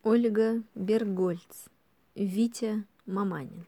Ольга Бергольц, Витя Маманин.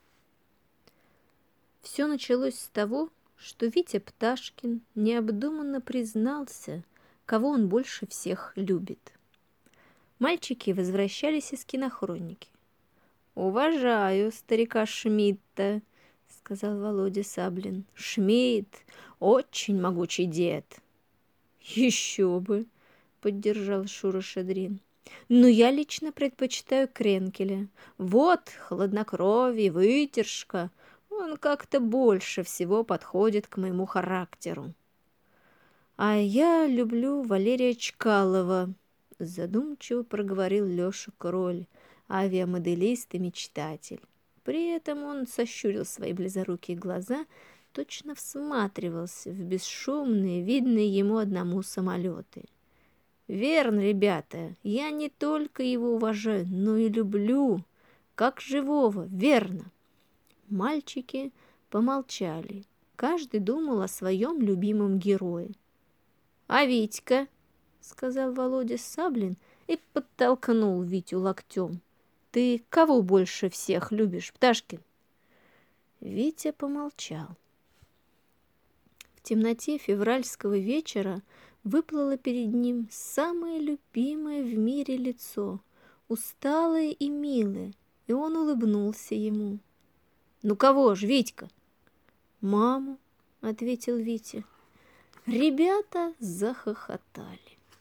Все началось с того, что Витя Пташкин необдуманно признался, кого он больше всех любит. Мальчики возвращались из кинохроники. «Уважаю старика Шмидта», — сказал Володя Саблин. «Шмидт — очень могучий дед». «Еще бы», — поддержал Шура Шадрин. «Но я лично предпочитаю Кренкеля. Вот хладнокровие, выдержка. Он как-то больше всего подходит к моему характеру». «А я люблю Валерия Чкалова», — задумчиво проговорил Леша Кроль, авиамоделист и мечтатель. При этом он сощурил свои близорукие глаза, точно всматривался в бесшумные, видные ему одному самолеты. «Верно, ребята, я не только его уважаю, но и люблю, как живого, верно». Мальчики помолчали, каждый думал о своем любимом герое. «А Витька?» — сказал Володя Саблин и подтолкнул Витю локтем. «Ты кого больше всех любишь, Пташкин?» Витя помолчал. В темноте февральского вечера выплыло перед ним самое любимое в мире лицо, усталое и милое, и он улыбнулся ему. «Ну кого ж, Витька?» «Маму», — ответил Витя. Ребята захохотали.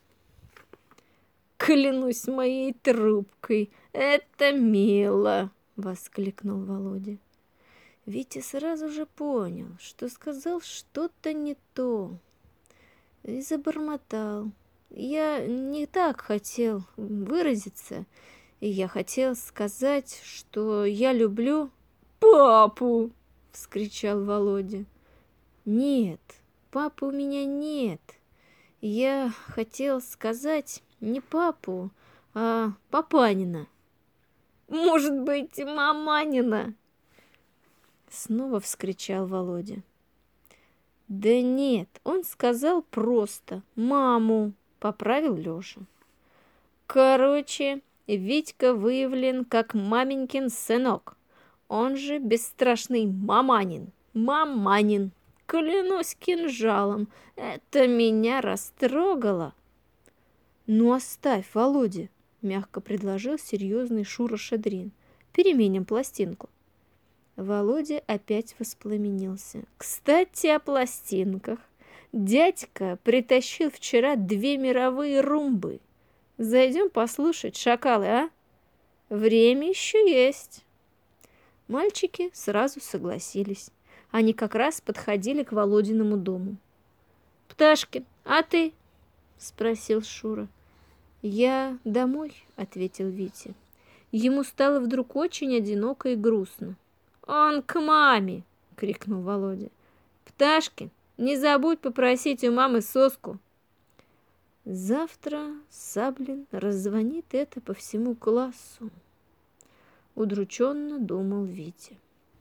«Клянусь моей трубкой, это мило!» — воскликнул Володя. Витя сразу же понял, что сказал что-то не то, и забормотал. «Я не так хотел выразиться, и я хотел сказать, что я люблю папу!» — вскричал Володя. «Нет, папы у меня нет. Я хотел сказать не папу, а папанина». «Может быть, маманина?» Снова вскричал Володя. «Да нет, он сказал просто «маму», — поправил Леша. «Короче, Витька выявлен как маменькин сынок, он же бесстрашный маманин, маманин. Клянусь кинжалом, это меня растрогало». «Ну оставь, Володя», — мягко предложил серьезный Шура Шадрин. «Переменим пластинку». Володя опять воспламенился. «Кстати, о пластинках. Дядька притащил вчера 2 мировые румбы. Зайдем послушать, шакалы, а? Время еще есть». Мальчики сразу согласились. Они как раз подходили к Володиному дому. «Пташкин, а ты?» — спросил Шура. «Я домой», — ответил Витя. Ему стало вдруг очень одиноко и грустно. «Он к маме!» — крикнул Володя. «Пташкин, не забудь попросить у мамы соску». Завтра Саблин раззвонит это по всему классу, удрученно думал Витя.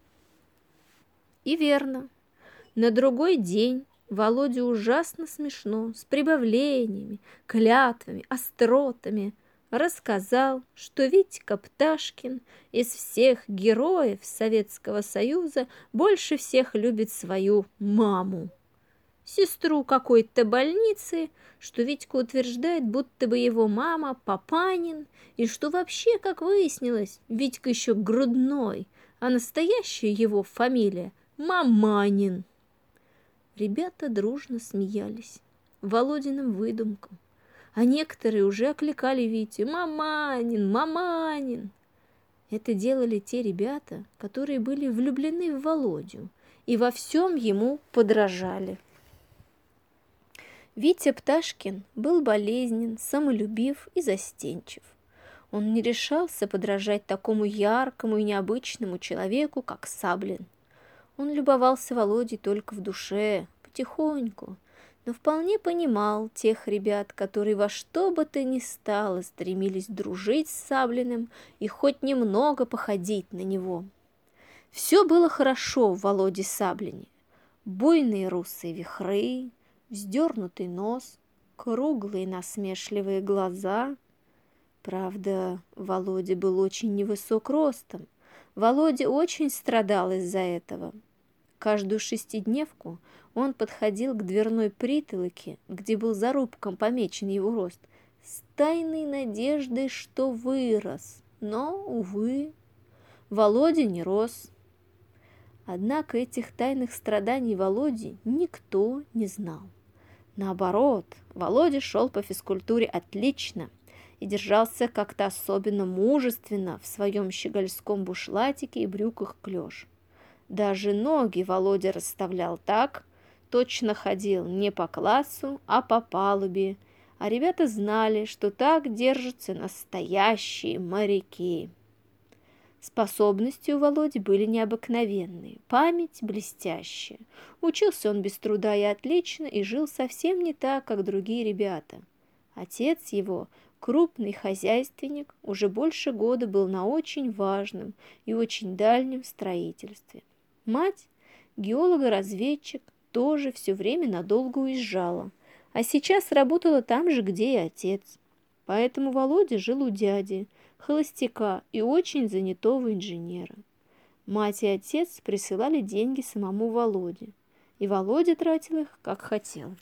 И верно, на другой день Володе ужасно смешно, с прибавлениями, клятвами, остротами рассказал, что Витька Пташкин из всех героев Советского Союза больше всех любит свою маму. Сестру какой-то больницы, что Витька утверждает, будто бы его мама Папанин, и что вообще, как выяснилось, Витька еще грудной, а настоящая его фамилия Маманин. Ребята дружно смеялись Володиным выдумкам, а некоторые уже окликали Витю «Маманин! Маманин!». Это делали те ребята, которые были влюблены в Володю и во всем ему подражали. Витя Пташкин был болезнен, самолюбив и застенчив. Он не решался подражать такому яркому и необычному человеку, как Саблин. Он любовался Володей только в душе, потихоньку, но вполне понимал тех ребят, которые во что бы то ни стало стремились дружить с Саблиным и хоть немного походить на него. Все было хорошо в Володе Саблине. Буйные русые вихры, вздернутый нос, круглые насмешливые глаза. Правда, Володя был очень невысок ростом. Володя очень страдал из-за этого. Каждую шестидневку он подходил к дверной притолоке, где был зарубком помечен его рост, с тайной надеждой, что вырос. Но, увы, Володя не рос. Однако этих тайных страданий Володи никто не знал. Наоборот, Володя шел по физкультуре отлично и держался как-то особенно мужественно в своем щегольском бушлатике и брюках клеш. Даже ноги Володя расставлял так, точно ходил не по классу, а по палубе, а ребята знали, что так держатся настоящие моряки. Способности у Володи были необыкновенные, память блестящая. Учился он без труда и отлично, и жил совсем не так, как другие ребята. Отец его, крупный хозяйственник, уже больше года был на очень важном и очень дальнем строительстве. Мать, геолога-разведчик, тоже все время надолго уезжала, а сейчас работала там же, где и отец. Поэтому Володя жил у дяди, холостяка и очень занятого инженера. Мать и отец присылали деньги самому Володе, и Володя тратил их, как хотел.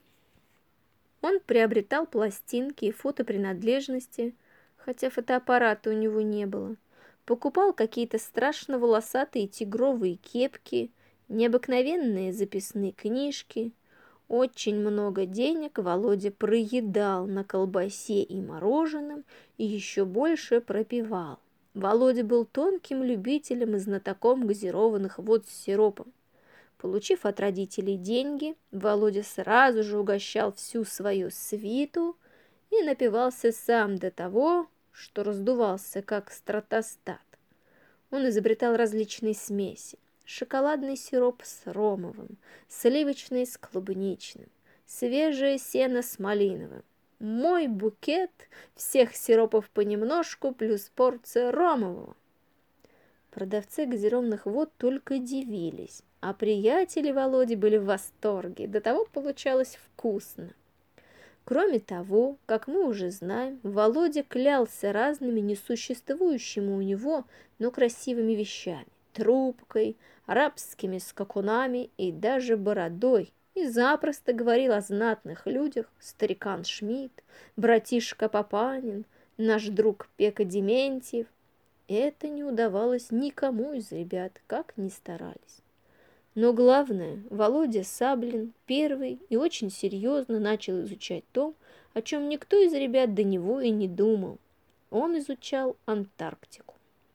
Он приобретал пластинки и фотопринадлежности, хотя фотоаппарата у него не было, покупал какие-то страшно волосатые тигровые кепки, необыкновенные записные книжки. Очень много денег Володя проедал на колбасе и мороженом и еще больше пропивал. Володя был тонким любителем и знатоком газированных вод с сиропом. Получив от родителей деньги, Володя сразу же угощал всю свою свиту и напивался сам до того, что раздувался, как стратостат. Он изобретал различные смеси. Шоколадный сироп с ромовым, сливочный с клубничным, свежее сено с малиновым. Мой букет всех сиропов понемножку плюс порция ромового. Продавцы газированных вод только дивились, а приятели Володи были в восторге, до того получалось вкусно. Кроме того, как мы уже знаем, Володя клялся разными несуществующими у него, но красивыми вещами. Трубкой, арабскими скакунами и даже бородой, и запросто говорил о знатных людях: старикан Шмидт, братишка Папанин, наш друг Пека Дементьев. Это не удавалось никому из ребят, как ни старались. Но главное, Володя Саблин первый и очень серьезно начал изучать то, о чем никто из ребят до него и не думал. Он изучал Антарктику.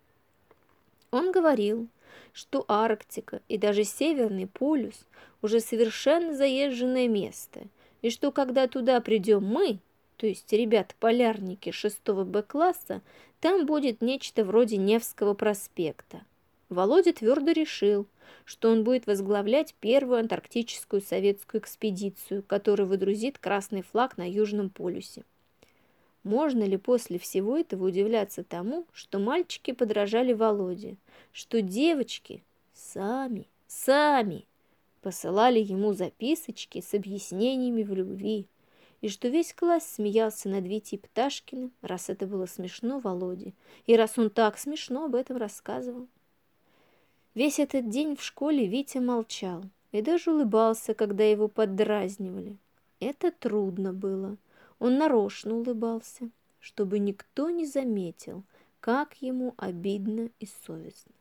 Он говорил, что Арктика и даже Северный полюс уже совершенно заезженное место, и что когда туда придем мы, то есть ребята-полярники 6-го Б-класса, там будет нечто вроде Невского проспекта. Володя твердо решил, что он будет возглавлять первую антарктическую советскую экспедицию, которая выдрузит красный флаг на Южном полюсе. Можно ли после всего этого удивляться тому, что мальчики подражали Володе, что девочки сами посылали ему записочки с объяснениями в любви, и что весь класс смеялся над Витей Пташкиным, раз это было смешно Володе, и раз он так смешно об этом рассказывал. Весь этот день в школе Витя молчал и даже улыбался, когда его поддразнивали. Это трудно было. Он нарочно улыбался, чтобы никто не заметил, как ему обидно и совестно.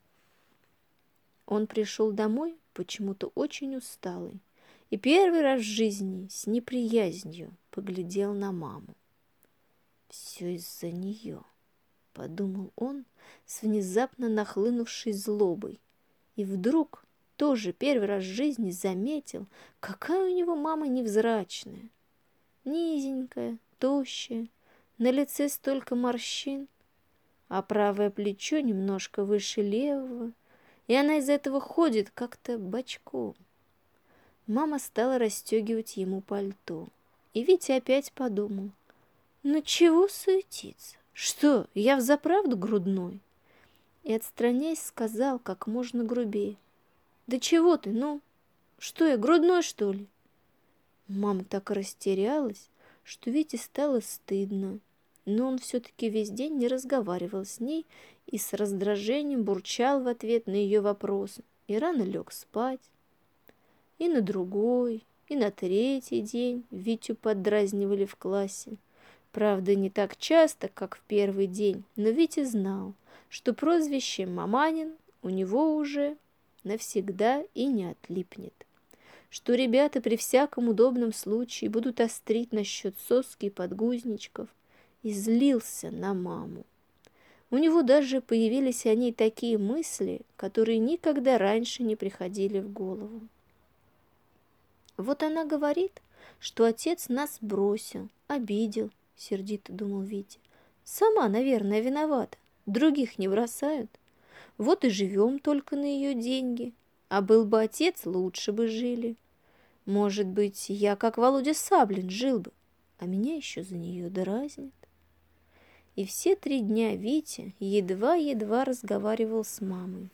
Он пришел домой почему-то очень усталый и первый раз в жизни с неприязнью поглядел на маму. «Все из-за нее», — подумал он с внезапно нахлынувшей злобой, и вдруг тоже первый раз в жизни заметил, какая у него мама невзрачная. Низенькая, тощая, на лице столько морщин, а правое плечо немножко выше левого, и она из этого ходит как-то бочком. Мама стала расстегивать ему пальто, и Витя опять подумал: «Ну чего суетиться? Что, я взаправду грудной?» И, отстраняясь, сказал как можно грубее: «Да чего ты, ну? Что я, грудной, что ли?» Мама так растерялась, что Вите стало стыдно. но он все-таки весь день не разговаривал с ней и с раздражением бурчал в ответ на ее вопросы, и рано лег спать. И на другой, и на третий день Витю поддразнивали в классе. Правда, не так часто, как в первый день, но Витя знал, что прозвище «Маманин» у него уже навсегда и не отлипнет, что ребята при всяком удобном случае будут острить насчет соски и подгузничков, и злился на маму. У него даже появились о ней такие мысли, которые никогда раньше не приходили в голову. Вот она говорит, что отец нас бросил, обидел, сердито думал Витя. Сама, наверное, виновата, других не бросают. Вот и живем только на ее деньги, а был бы отец, лучше бы жили. Может быть, я, как Володя Саблин, жил бы, а меня еще за нее дразнят. И все 3 дня Витя едва-едва разговаривал с мамой.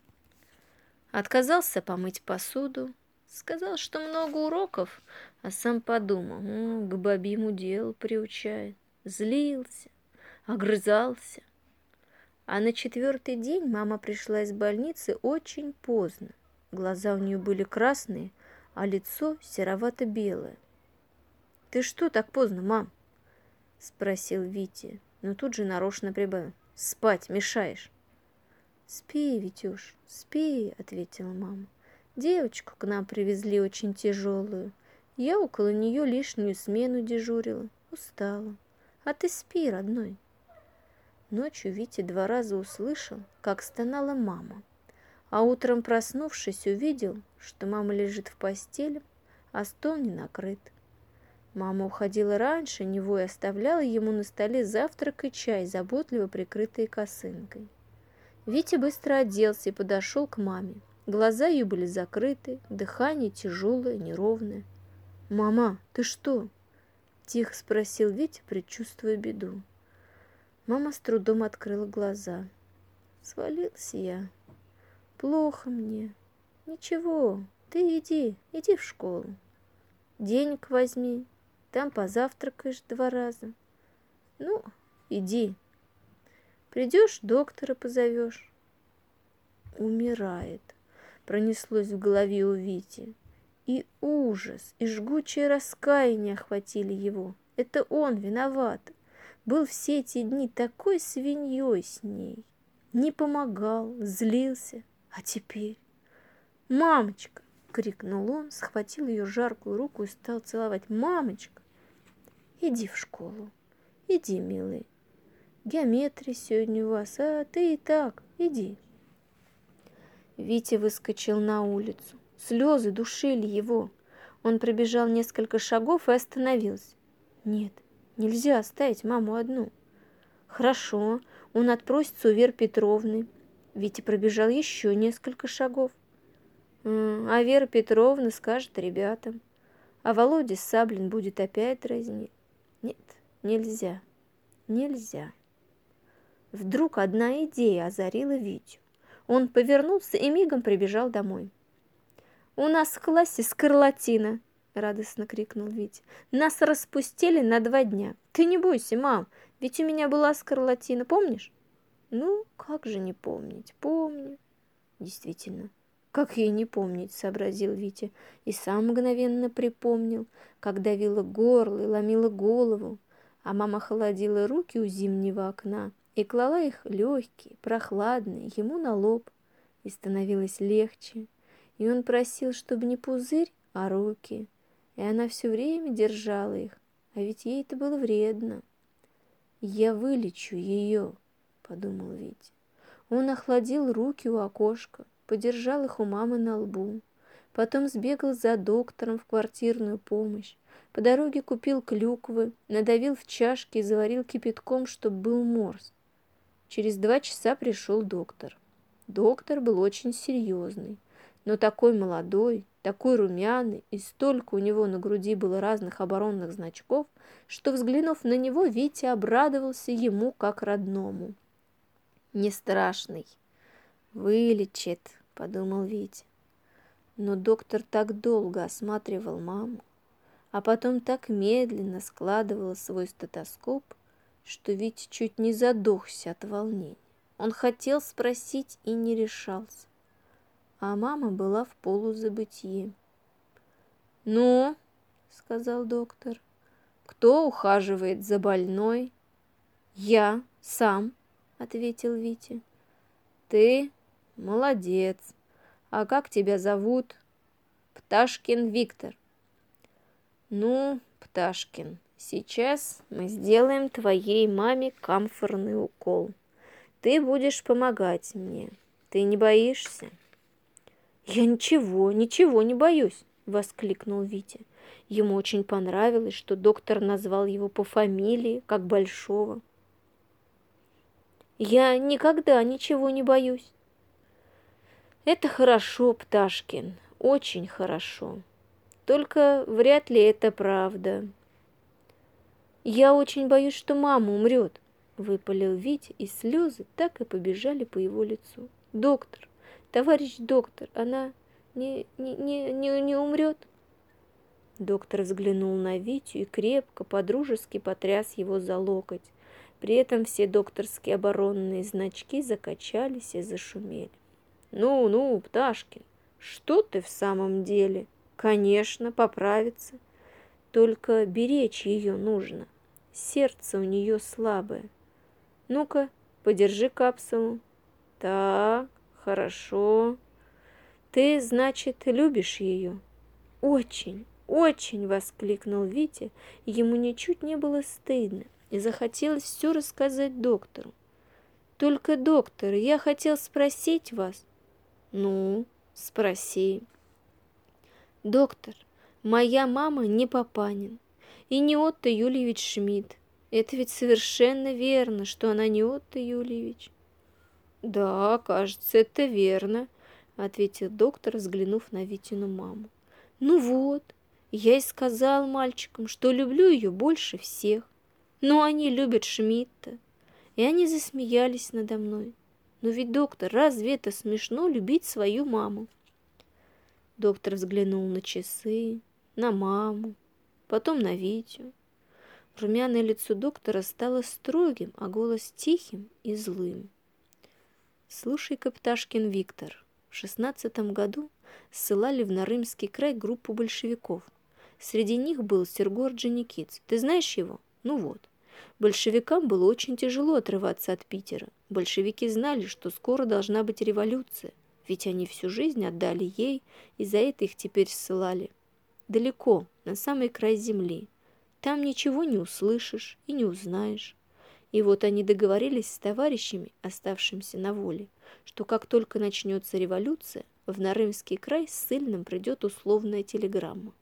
Отказался помыть посуду, сказал, что много уроков, а сам подумал, к бабьему делу приучает. Злился, огрызался. А на 4-й день мама пришла из больницы очень поздно. Глаза у нее были красные, а лицо серовато-белое. «Ты что так поздно, мам?» — спросил Витя, но тут же нарочно прибавил. «Спать мешаешь». «Спи, Витюш, спи», — ответила мама. «Девочку к нам привезли очень тяжелую. Я около нее лишнюю смену дежурила. Устала. А ты спи, родной». Ночью Витя 2 раза услышал, как стонала мама. А утром, проснувшись, увидел, что мама лежит в постели, а стол не накрыт. Мама уходила раньше него и оставляла ему на столе завтрак и чай, заботливо прикрытые косынкой. Витя быстро оделся и подошел к маме. Глаза ее были закрыты, дыхание тяжелое, неровное. «Мама, ты что?» – тихо спросил Витя, предчувствуя беду. Мама с трудом открыла глаза. «Свалился я. Плохо мне. Ничего, ты иди в школу. Денег возьми, там позавтракаешь 2 раза. Ну, иди. Придешь, доктора позовешь». «Умирает», пронеслось в голове у Вити. И ужас, и жгучее раскаяние охватили его. Это он виноват. Был все эти дни такой свиньей с ней. Не помогал, злился. А теперь... «Мамочка!» — крикнул он, схватил ее жаркую руку и стал целовать. «Мамочка! Иди в школу. Иди, милый. Геометрия сегодня у вас, а ты и так. Иди». Витя выскочил на улицу. Слезы душили его. Он пробежал несколько шагов и остановился. Нет, нельзя оставить маму одну. Хорошо, он отпросится у Веры Петровны. Витя пробежал еще несколько шагов. А Вера Петровна скажет ребятам. А Володя Саблин будет опять дразнить. Нет, нельзя, нельзя. Вдруг одна идея озарила Витю. Он повернулся и мигом прибежал домой. «У нас в классе скарлатина!» — радостно крикнул Витя. «Нас распустили на 2 дня. Ты не бойся, мам, ведь у меня была скарлатина, помнишь?» «Ну, как же не помнить? Помню». «Действительно, как ей не помнить?» — сообразил Витя. И сам мгновенно припомнил, как давило горло и ломило голову, а мама холодила руки у зимнего окна и клала их легкие, прохладные, ему на лоб, и становилось легче. И он просил, чтобы не пузырь, а руки, и она все время держала их, а ведь ей это было вредно. «Я вылечу ее», — подумал Витя. Он охладил руки у окошка, подержал их у мамы на лбу, потом сбегал за доктором в квартирную помощь, по дороге купил клюквы, надавил в чашке и заварил кипятком, чтобы был морс. Через 2 часа пришел доктор. Доктор был очень серьезный, но такой молодой, такой румяный, и столько у него на груди было разных оборонных значков, что, взглянув на него, Витя обрадовался ему как родному. «Не страшный. Вылечит», — подумал Витя. Но доктор так долго осматривал маму, а потом так медленно складывал свой стетоскоп, что Витя чуть не задохся от волнения. Он хотел спросить и не решался, а мама была в полузабытье. «Ну, — сказал доктор, — кто ухаживает за больной?» «Я сам», — ответил Витя. «Ты молодец. А как тебя зовут?» «Пташкин Виктор». «Ну, Пташкин, сейчас мы сделаем твоей маме камфорный укол. Ты будешь помогать мне. Ты не боишься?» «Я ничего не боюсь», — воскликнул Витя. Ему очень понравилось, что доктор назвал его по фамилии, как Большого. «Я никогда ничего не боюсь». «Это хорошо, Пташкин, очень хорошо. Только вряд ли это правда». «Я очень боюсь, что мама умрет», — выпалил Витя, и слезы так и побежали по его лицу. «Доктор, товарищ доктор, она не умрет?» Доктор взглянул на Витю и крепко, подружески потряс его за локоть. При этом все докторские оборонные значки закачались и зашумели. «Ну, Пташкин, что ты в самом деле? Конечно, поправится. Только беречь ее нужно. Сердце у нее слабое. Ну-ка, подержи капсулу. Так, хорошо. Ты, значит, любишь ее?» «Очень, очень!» — воскликнул Витя. Ему ничуть не было стыдно, и захотелось все рассказать доктору. «Только, доктор, я хотел спросить вас». «Ну, спроси». «Доктор, моя мама не Папанин и не Отто Юльевич Шмидт. Это ведь совершенно верно, что она не Отто Юльевич». «Да, кажется, это верно», — ответил доктор, взглянув на Витину маму. «Ну вот, я и сказал мальчикам, что люблю ее больше всех. Но они любят Шмидта». И они засмеялись надо мной. «Но ведь, доктор, разве это смешно любить свою маму?» Доктор взглянул на часы, на маму, потом на Витю. Румяное лицо доктора стало строгим, а голос тихим и злым. «Слушай-ка, Пташкин Виктор, в 16 году ссылали в Нарымский край группу большевиков. Среди них был Серго Орджоникидзе. Ты знаешь его? Ну вот. Большевикам было очень тяжело отрываться от Питера. Большевики знали, что скоро должна быть революция, ведь они всю жизнь отдали ей, и за это их теперь ссылали. Далеко, на самый край земли. Там ничего не услышишь и не узнаешь. И вот они договорились с товарищами, оставшимися на воле, что как только начнется революция, в Нарымский край с ссыльным придет условная телеграмма».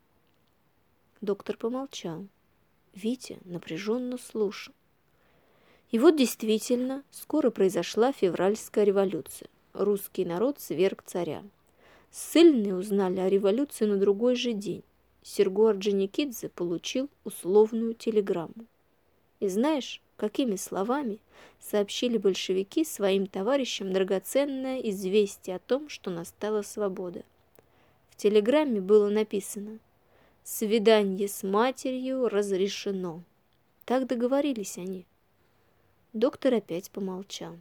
Доктор помолчал. Витя напряженно слушал. И вот действительно, скоро произошла февральская революция. Русский народ сверг царя. Ссыльные узнали о революции на другой же день. Серго Орджоникидзе получил условную телеграмму. И знаешь, какими словами сообщили большевики своим товарищам драгоценное известие о том, что настала свобода? В телеграмме было написано: «Свидание с матерью разрешено». Так договорились они. Доктор опять помолчал.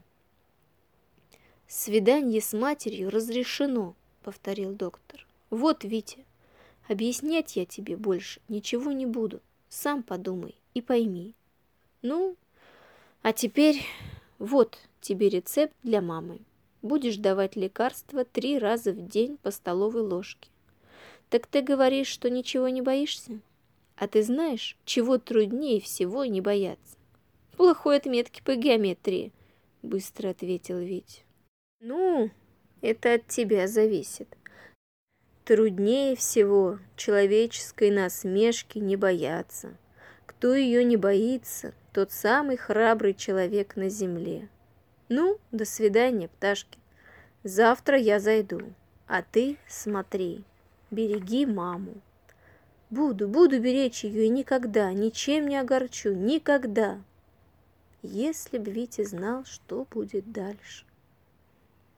«Свидание с матерью разрешено», — повторил доктор. «Вот, Витя, объяснять я тебе больше ничего не буду. Сам подумай и пойми. Ну, а теперь вот тебе рецепт для мамы. Будешь давать лекарства 3 раза в день по столовой ложке. Так ты говоришь, что ничего не боишься? А ты знаешь, чего труднее всего не бояться?» «Плохой отметки по геометрии», — быстро ответил Витя. «Ну, это от тебя зависит. Труднее всего человеческой насмешки не бояться. Кто ее не боится, тот самый храбрый человек на земле. Ну, до свидания, Пташкин. Завтра я зайду, а ты смотри, береги маму». Буду беречь ее и никогда, ничем не огорчу, никогда». Если б Витя знал, что будет дальше.